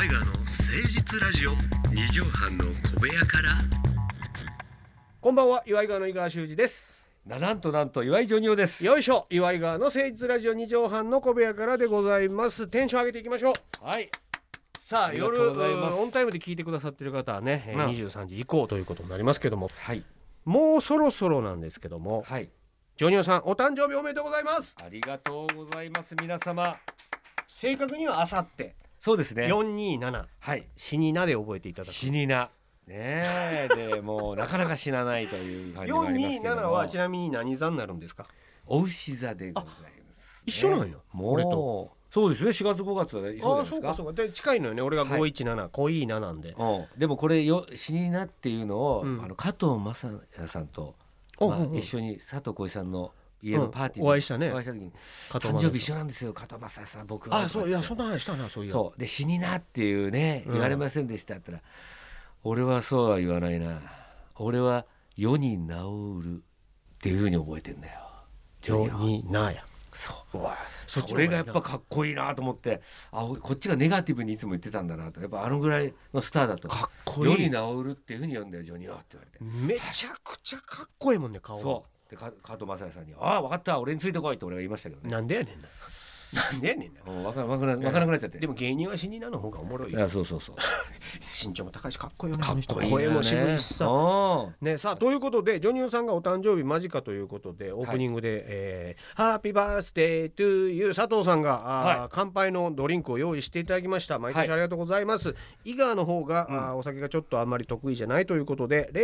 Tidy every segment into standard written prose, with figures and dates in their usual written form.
岩井川の誠実ラジオ。 二畳半の小部屋からこんばんは、岩井川の井川修司です。 なんと岩井ジョニオです。 よいしょ、岩井川の誠実ラジオ2畳半の小部屋からでございます。テンション上げていきましょう。 はい、 さあ、 ありがとうございます。 夜オンタイムで聞いてくださっている方はね、23時以降ということになりますけども、 はい、 もうそろそろなんですけども、 はい、 ジョニオさんお誕生日おめでとうございます。 ありがとうございます皆様。 正確にはあさってそうですね、 427、 はい、 死になで覚えていただく。 死になねえでもうなかなか死なないという感じがありますけども 427はちなみに何座になるんですか？ お牛座でございます、ね、 一緒なんよ、俺と。 もうそうですね、4月5月はね、そうじゃないですか。 そうかで近いのよね。俺が517、濃い7なんで、 でもこれ死になっていうのを、加藤正也さんと、一緒に佐藤浩市さんの家のパーティーで、 お会いしたね。 時に誕生日一緒なんですよ加藤正也さん僕は。 そういやそんな話したな。そういやそうで死になっていうね言われませんでしたって言ったら、俺はそうは言わないな、俺は世に治るっていう風に覚えてんだよ。 世になや。 そうそれがやっぱかっこいいなと思って、こっちがネガティブにいつも言ってたんだなと。やっぱあのぐらいのスターだとかっこいい。 世に治るっていう風に言うんだよジョニオって言われて、 めちゃくちゃかっこいいもんね顔。 そうで加藤正也さんに分かった俺についてこいって俺が言いましたけどね。 なんでやねんななんでやねんな。 分からなくなっちゃって。 でも芸人は死になの方がおもろい。 いやそう身長も高いしかっこいいよね。 かっこいいよね。 声も渋いしさね。さあということでジョニオさんがお誕生日間近ということでオープニングで、ハッピーバースデートゥーユー佐藤さんが、乾杯のドリンクを用意していただきました。毎年ありがとうございます。井川の方が、お酒がちょっとあんまり得意じゃないということで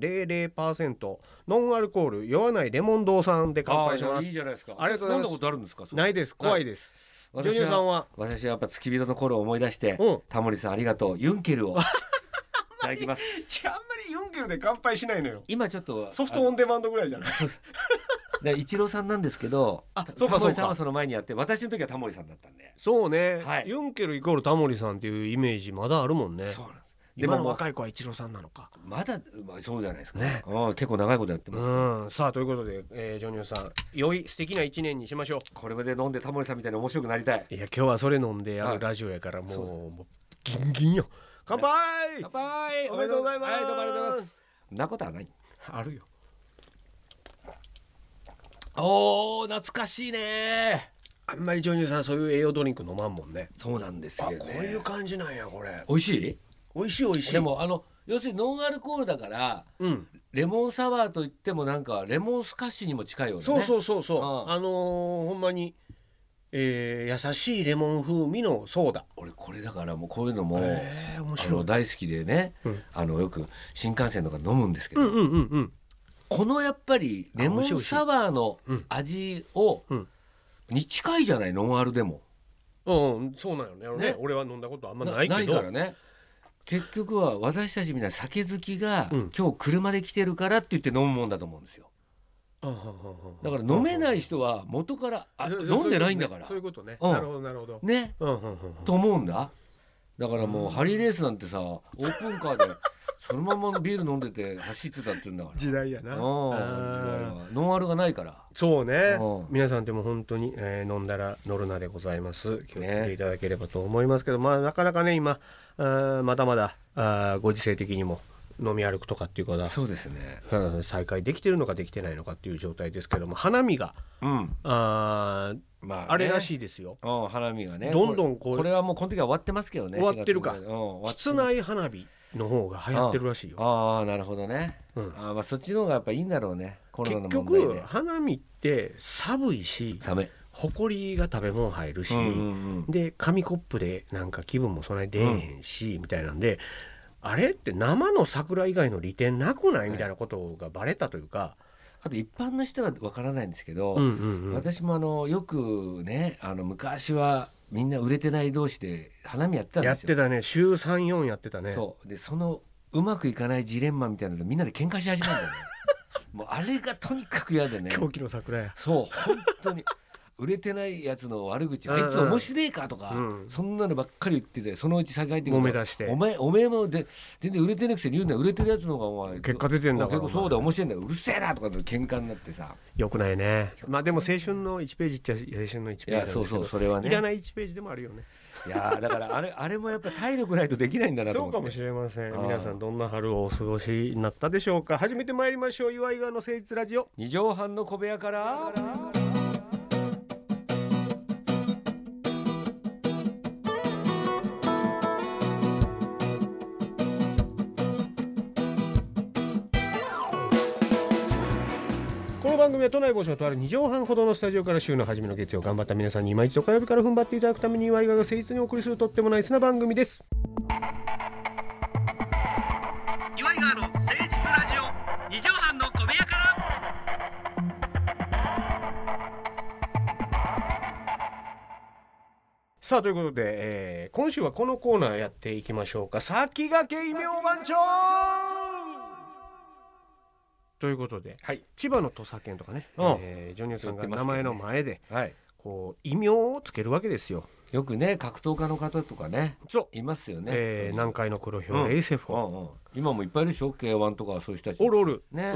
0.00% ノンアルコール酔わないレモン堂さんで乾杯します。 いいじゃないですか。 ありがとうございます。 飲んだことあるんですか？ ないです。怖いです。ジョニオさんは？ 私はやっぱ付き人の頃を思い出して、タモリさんありがとうユンケルをいただきます。 あんまりユンケルで乾杯しないのよ。 今ちょっとソフトオンデマンドぐらいじゃない？ でイチローさんなんですけど、 そうかタモリさんはその前にやって、私の時はタモリさんだったんで。 そうね、ユンケルイコールタモリさんっていうイメージまだあるもんね。そうなんです。今の若い子はイチローさんなのかまだ、そうじゃないですかね。結構長いことやってます、 さあということで、ジョニオさん良い素敵な一年にしましょう。 これまで飲んでタモリさんみたいに面白くなりたい。 いや今日はそれ飲んでやるラジオやから、もうギンギンよ。乾杯。 乾杯。 おめでとうございます。 どうもありがとうございます。そんなことはない。 あるよ。 懐かしいね。 あんまりジョニオさんそういう栄養ドリンク飲まんもんね。 そうなんですよね。 こういう感じなんやこれ。 美味しい？ 美味しい美味しい。 でも要するにノンアルコールだから、レモンサワーといってもなんかレモンスカッシュにも近いよね。 そうほんまに、優しいレモン風味のソーダ。 俺これだからもうこういうのも、 面白い。 大好きでね、よく新幹線とか飲むんですけど、このやっぱりレモンサワーの味に近いじゃない、ノンアルでも。 そうなのね。俺は飲んだことあんまないけど。 ないからね。結局は私たちみたいな酒好きが、今日車で来てるからって言って飲むもんだと思うんですよ。だから飲めない人は元から飲んでないんだから。 そういうことね。なるほどなるほどね、と思うんだ。だからもうハリーレースなんてさ、オープンカーでそのままビール飲んでて走ってたって言うんだから。 時代やな。時代はノンアルがないから。 そうね。皆さんでも本当に、飲んだら乗るなでございます。気をつけていただければと思いますけど、なかなかね今まだまだご時世的にも飲み歩くとかっていうことはそうですね、 再開できてるのかできてないのかっていう状態ですけども、花見が、あれらしいですよ。 花見がね、 どんどんこれはもうこの時は終わってますけどね。 終わってるか。室内花火の方が流行ってるらしいよ。 なるほどね。そっちの方がやっぱいいんだろうね。コロナの問題で。 結局花見って寒いし、ほこりが食べ物入るし、で紙コップでなんか気分もそんなに出えへんし、みたいなんで、あれって生の桜以外の利点なくないみたいなことがバレたというか。 あと一般の人はわからないんですけど、私もよくね、昔はみんな売れてない同士で花見やってたんですよ。 やってたね。週 3,4 やってたね。 そうで、そのうまくいかないジレンマみたいなのでみんなで喧嘩し始めるんだよね。もうあれがとにかく嫌でね。 狂気の桜や。 そう本当に売れてないやつの悪口、あいつ面白いかとか、そんなのばっかり言ってて、そのうち先入ってくると揉め出して、 お前もで全然売れてなくて言うな、売れてるやつの方がお前結果出てんだから、 結構そうだ面白いんだよ、うるせえなとかで喧嘩になってさ、 よくないね。まあでも青春の1ページっちゃ青春の1ページなんですけど、 いやそうそうそれはね、 いらない1ページでもあるよね。 いやだからあれもやっぱ体力ないとできないんだなと思って。 そうかもしれません。皆さんどんな春をお過ごしになったでしょうか。始めてまいりましょう。岩井川の誠実ラジオ、 2畳半の小部屋から。 この番組は都内某所のとある2畳半ほどのスタジオから週の初めの月曜頑張った皆さんに今一度火曜日から踏ん張っていただくために岩井川が誠実にお送りするとってもナイスな番組です。 岩井川の誠実ラジオ、 2畳半の小部屋から。 さあということで、今週はこのコーナーやっていきましょうか。先駆け異名番長ということで、 はい、 千葉の土佐県とかね、ジョニオさんが名前の前で、 はい、 こう異名をつけるわけですよ。 よくね格闘家の方とかね、 そういますよね、 南海の黒ひょう、エイセフォ、 今もいっぱいいるでしょ、 K1 とかそういう人たちおるおる、 ね、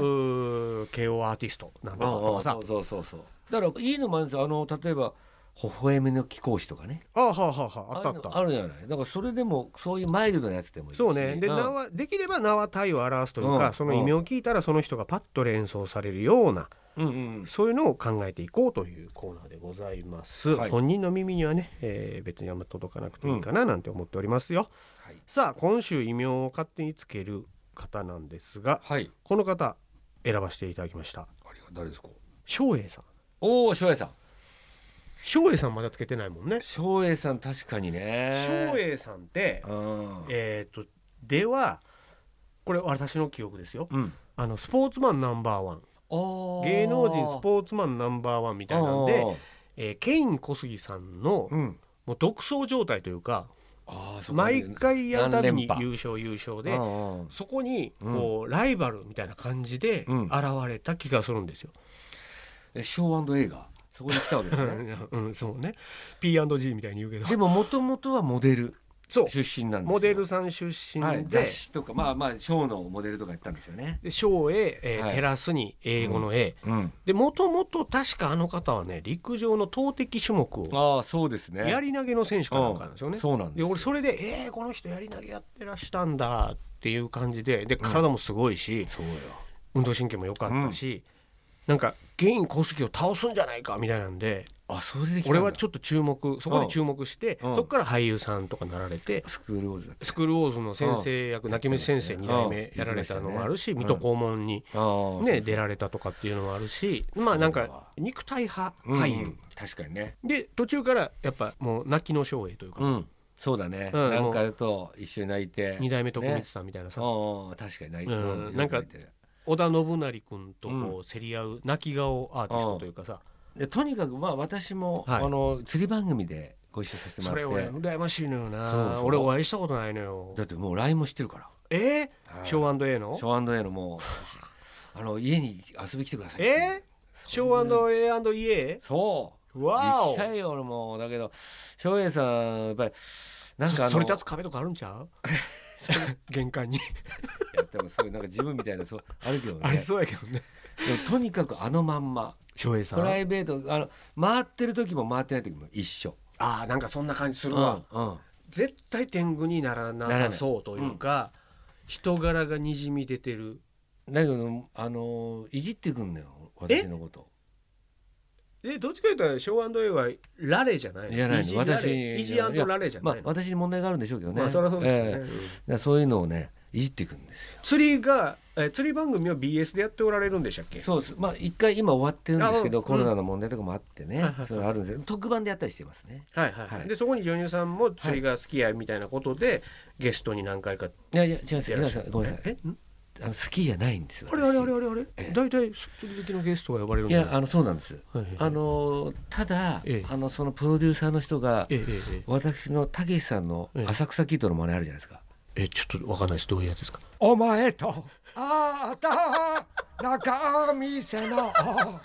KO アーティストなんとかとかさ、 そうだからいいのもあるんですよ。例えば微笑みの貴公子とかね、 あったあるじゃない。だからそれでもそういうマイルドなやつでもいいし、 そうね。で、名はできれば名は体を表すというか、その異名を聞いたらその人がパッと連想されるような、そういうのを考えていこうというコーナーでございます、はい、本人の耳にはね、別にあんま届かなくていいかななんて思っておりますよ、はい、さあ今週異名を勝手につける方なんですが、はい、この方選ばせていただきました。 誰ですか？ 翔英さん。 おー、翔英さん。 翔英さんまだつけてないもんね。 翔英さん確かにね。 翔英さんってではこれ私の記憶ですよ、スポーツマンナンバーワン、芸能人スポーツマンナンバーワンみたいなんで、ケイン小杉さんの、もう独走状態というか、毎回やるたびに優勝で、そこにこう、ライバルみたいな感じで現れた気がするんですよ。 ショー&映画そこに来たわけですね。 そうね。P&G みたいに言うけど。 でも元々はモデル出身なんですよ。 モデルさん出身で、 雑誌とかショーのモデルとかやったんですよね。 でショーへ、テラスに英語の A、でもともと確かあの方はね陸上の投擲種目をそうですね、 やり投げの選手かなんかなんですよね。 そうなんですよ。 で俺それでこの人やり投げやってらしたんだっていう感じで、体もすごいし、 そうよ、 運動神経も良かったし、なんかケイン小杉を倒すんじゃないかみたいなんで、 それで俺はちょっとそこで注目して、そこから俳優さんとかなられて、 スクールウォーズの先生役、泣き虫先生2代目やられたのもあるし、水戸黄門に出られたとかっていうのもあるし、なんか肉体派俳優、 確かにね。 で途中からやっぱもう泣きの翔英というか、 そうだね、なんかと一緒に泣いて 2代目徳光さんみたいなさ、 確かに泣いて、 なんか織田信成君とこう競り合う泣き顔アーティストというかさ、 とにかく私も、釣り番組でご一緒させてもらって、 それ俺羨ましいのよな。俺お会いしたことないのよ。 だってもう LINE も知ってるから。 ショー&A のショー&A のもう家に遊び来てください。 ショー&A&EA？ そう、行きたいよ俺も。だけど翔英さんやっぱりなんかそり立つ壁とかあるんちゃう？玄関にいやでもそういうなんか自分みたいなそうあるけどね。 ありそうやけどね。 でもとにかくまんま翔英さんプライベート回ってる時も回ってない時も一緒。 なんかそんな感じするわ、絶対天狗にならなさそうというか、人柄がにじみ出てる。 だけどいじってくんのよ私のこと。 どっちかというとショー&Aはラレじゃない？ じゃないの。私イジ&ラレじゃないの？ 私に問題があるんでしょうけどね。 そりゃそうですね。 そういうのをねいじっていくんですよ。 釣り番組は BS でやっておられるんでしたっけ？ そうです。一回今終わってるんですけど、コロナの問題とかもあってね、それあるんですけど、特番でやったりしてますね。でそこにジョニオさんも釣りが好きやみたいなことで、ゲストに何回か。 いや違います。ごめんなさい。好きじゃないんですよ。 あれだいたい釣り好きのゲストが呼ばれるんですか？ いやそうなんです。ただそのプロデューサーの人が私のたけしさんの浅草キッドの真似あるじゃないですか。 ちょっと分かんないです。どういうやつですか？ お前とあた中見せの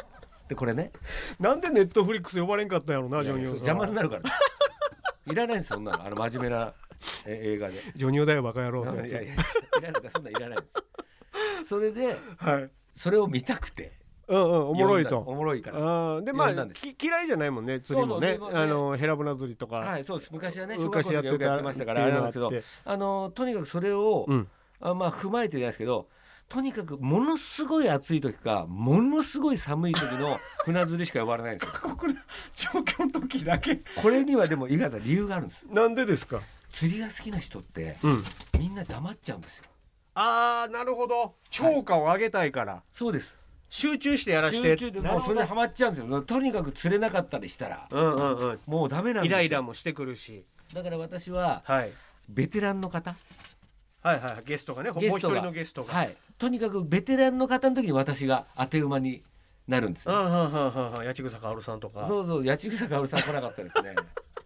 でこれね、 なんでネットフリックス呼ばれんかったんやろな、ジョニオさん。 邪魔になるからいらないんですよそんなの、真面目な映画でジョニオだよバカ野郎ってやつ。 いやいやいらない、そんなんいらないですそれではい、 それを見たくて、 おもろいと。 おもろいからでまあ読んだんです嫌いじゃないもんね、釣りもね。 そうヘラブナ釣りとか。 はいそうです、昔はね小学校の時よくやってましたからあれなんですけど、とにかくそれを、まあ踏まえてじゃないですけど、とにかくものすごい暑い時かものすごい寒い時の船釣りしか呼ばれないんですよこれ状況の時だけ。 これにはでも井川さん理由があるんですよ。 なんでですか。 釣りが好きな人って、みんな黙っちゃうんですよ。 あーなるほど、超過を上げたいから、 そうです、 集中してやらして、 集中でもうそれでハマっちゃうんですよ。とにかく釣れなかったりしたら、もうダメなんですよ。 イライラもしてくるし。 だから私は、ベテランの方、 ゲストがね、もう一人のゲストが、 とにかくベテランの方の時に私が当て馬になるんですよ。 八千草薫さんとか。 そうそう、八千草薫さん来なかったですね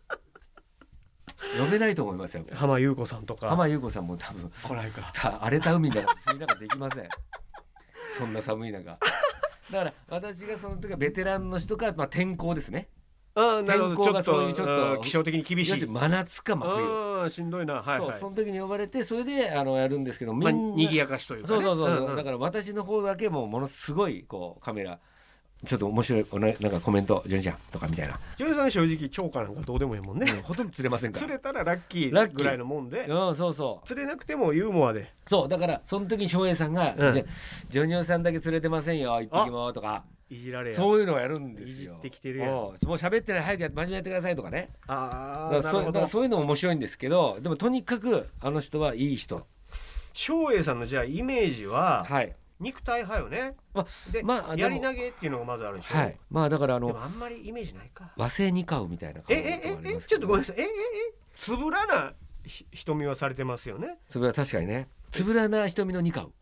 呼べないと思いますよ。 浜優子さんとか。 浜優子さんも多分来ないか。 荒れた海だから釣りなんかできませんそんな寒い中だから私がその時はベテランの人か、天候ですね。天候がそういうちょっと気象的に厳しい、 真夏か真冬、 しんどいな。 その時に呼ばれて、それでやるんですけど、みんな賑やかしというかね。 そうだから私の方だけものすごいこうカメラちょっと面白いなんかコメントジョニーちゃんとかみたいな。 ジョニーさん正直超過なんかどうでもいいもんね、 ほとんど釣れませんから。 釣れたらラッキーぐらいのもんで、釣れなくてもユーモアで。 そうだからその時に翔平さんが、ジョニオさんだけ釣れてませんよ一匹もとかいじられや、 そういうのをやるんですよ。 いじってきてるやん。もう喋ってない、早く真面目やってくださいとかね。 なるほど。 そういうの面白いんですけど、でもとにかくあの人はいい人。 翔英さんのじゃあイメージは、肉体派よね。で、やり投げっていうのがまずあるでしょ。 だからでもあんまりイメージないか。 和製ニカウみたいな感じで。 ちょっとごめんなさい。つぶらな瞳はされてますよね。 つぶら、確かにね。つぶらな瞳のニカウ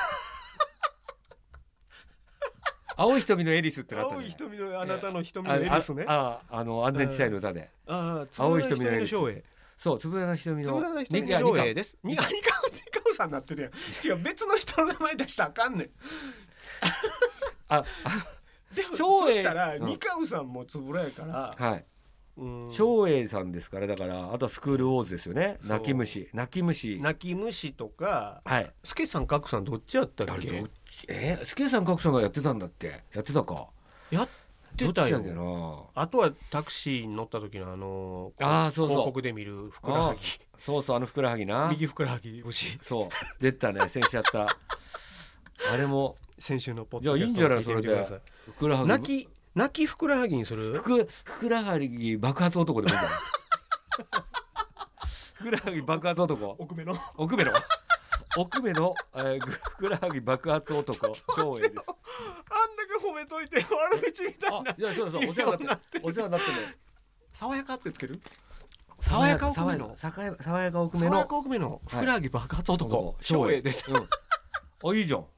青い瞳のエリスってなったね。 青い瞳のあなたの瞳のエリスね。 安全地帯の歌で。青い瞳のエリス。そう、つぶらな瞳のニカウです。ニカウさんになってるやん。違う、別の人の名前出したらあかんねん。でもそしたらニカウさんもつぶらやから。 翔英さんですから。だからあとはスクールウォーズですよね。泣き虫とか。スケさんカクさんどっちやったっけ。 スケさんカクさんがやってたんだっけ。やってたか。 やってたよ。あとはタクシーに乗った時の広告で見るふくらはぎ。 そうふくらはぎな。 右ふくらはぎ節。 そう出たね。先週やった。あれも先週のポッドキャスト。 じゃあいいんじゃないそれで。ふくらはぎ。 泣きふくらはぎにする。 ふくらはぎ爆発男でもいいんじゃないふくらはぎ爆発男。 奥目のふくらはぎ爆発男翔英です。 あんだけ褒めといて悪口みたいな。 いやそうお世話になってね。 爽やかってつける。爽やか奥目のふくらはぎ爆発男翔英です。 いいじゃん。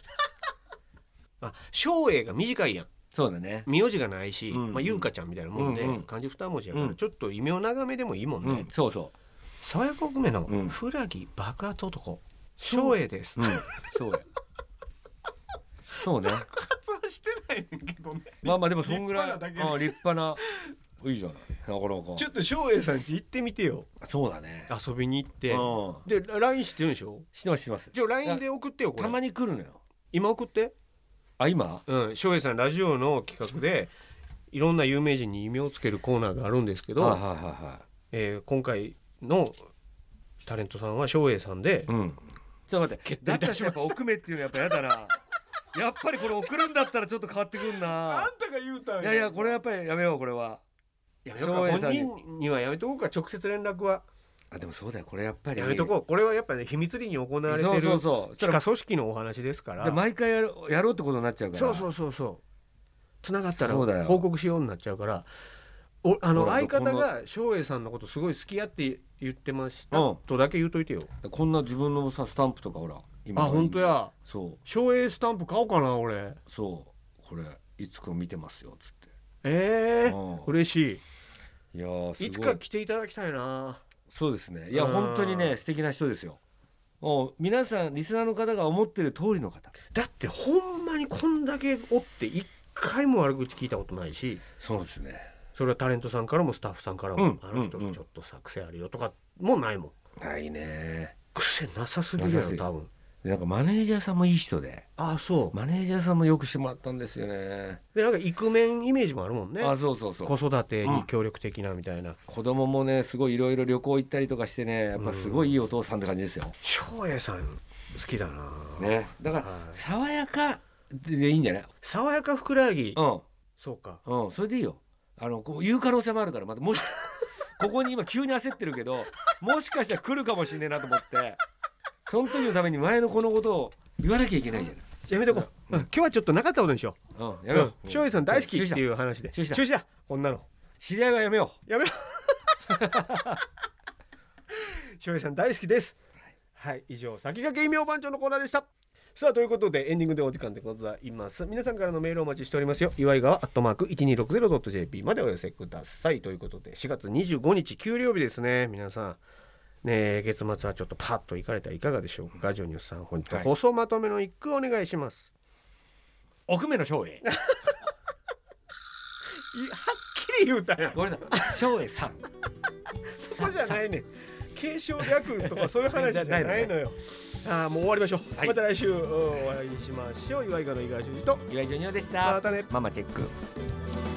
翔英が短いやん。 そうだね。 名字がないし、優香ちゃんみたいなもんで、漢字2文字やからちょっと異名長めでもいいもんね。爽やか奥目のふくらはぎ爆発男翔英です。そうね。爆発はしてないねんけどね。 まあでもそんぐらい立派な。いいじゃない。なかなか。 ちょっと翔英さん家行ってみてよ。 そうだね。 遊びに行ってで LINE してるんでしょ。 してます。 じゃあ LINE で送ってよ。 たまに来るのよ。 今送って。 今？ 翔英さんラジオの企画でいろんな有名人に異名をつけるコーナーがあるんですけど、今回のタレントさんは翔英さんで。 ちょっと待って。だったらやっぱ奥目っていうのやっぱやだな。やっぱりこれ送るんだったらちょっと変わってくるな。 あんたが言うたんや。 いやこれやっぱりやめよう。これは本人にはやめとこうか。直接連絡は。 でもそうだよ。これやっぱりやめとこう。これはやっぱり秘密裏に行われてる地下組織のお話ですから。 毎回やろうってことになっちゃうから。 そうつながったら報告しようになっちゃうから。相方が翔英さんのことすごい好きやって言ってましたとだけ言うといてよ。 こんな自分のスタンプとかほら今。本当や。翔英スタンプ買おうかな俺。これいつか見てますよつって。 嬉しい。 いやいつか来ていただきたいな。 そうですね。いや本当にね素敵な人ですよ。皆さんリスナーの方が思ってる通りの方だってほんまにこんだけおって1 回も悪口聞いたことないし、 そうですね。 それはタレントさんからもスタッフさんからも、あの人ちょっとさ癖あるよとかもないもん。 ないね。 癖なさすぎるよ多分。 なんかマネージャーさんもいい人で、 そうマネージャーさんもよくしてもらったんですよね。 でなんかイクメンイメージもあるもんね。 そうそうそう、 子育てに協力的なみたいな、 子供もねすごいいろいろ旅行行ったりとかしてね、やっぱすごいいいお父さんって感じですよ。 翔英さん好きだなね。だから爽やかでいいんじゃない？ 爽やかふくらはぎ、そうか、 それでいいよ。こう言う可能性もあるから、またもしここに今急に焦ってるけど、もしかしたら来るかもしれないなと思って、その時のために前のこのことを言わなきゃいけないじゃない。 やめとこう、今日はちょっとなかったことにしよう。 やめよう。 翔英さん大好きっていう話で中止だ。こんなの知り合いはやめよう翔英さん大好きです。はい、以上先駆け異名番長のコーナーでした。さあということでエンディングでお時間でございます。皆さんからのメールをお待ちしておりますよ。祝いがわ@1260.jp までお寄せください。ということで4月25日給料日ですね。皆さんね、月末はちょっとパッと行かれたらいかがでしょうか。ジョニオさん本日放送まとめの一句お願いします。 奥目の翔英はっきり言うたやん。 ごめんなさい、翔英さんそこじゃないねん。継承略とかそういう話じゃないのよ。もう終わりましょう、また来週お会いしましょう。岩井川の井川修司と岩井ジョニオでした。 またね。 ママチェック。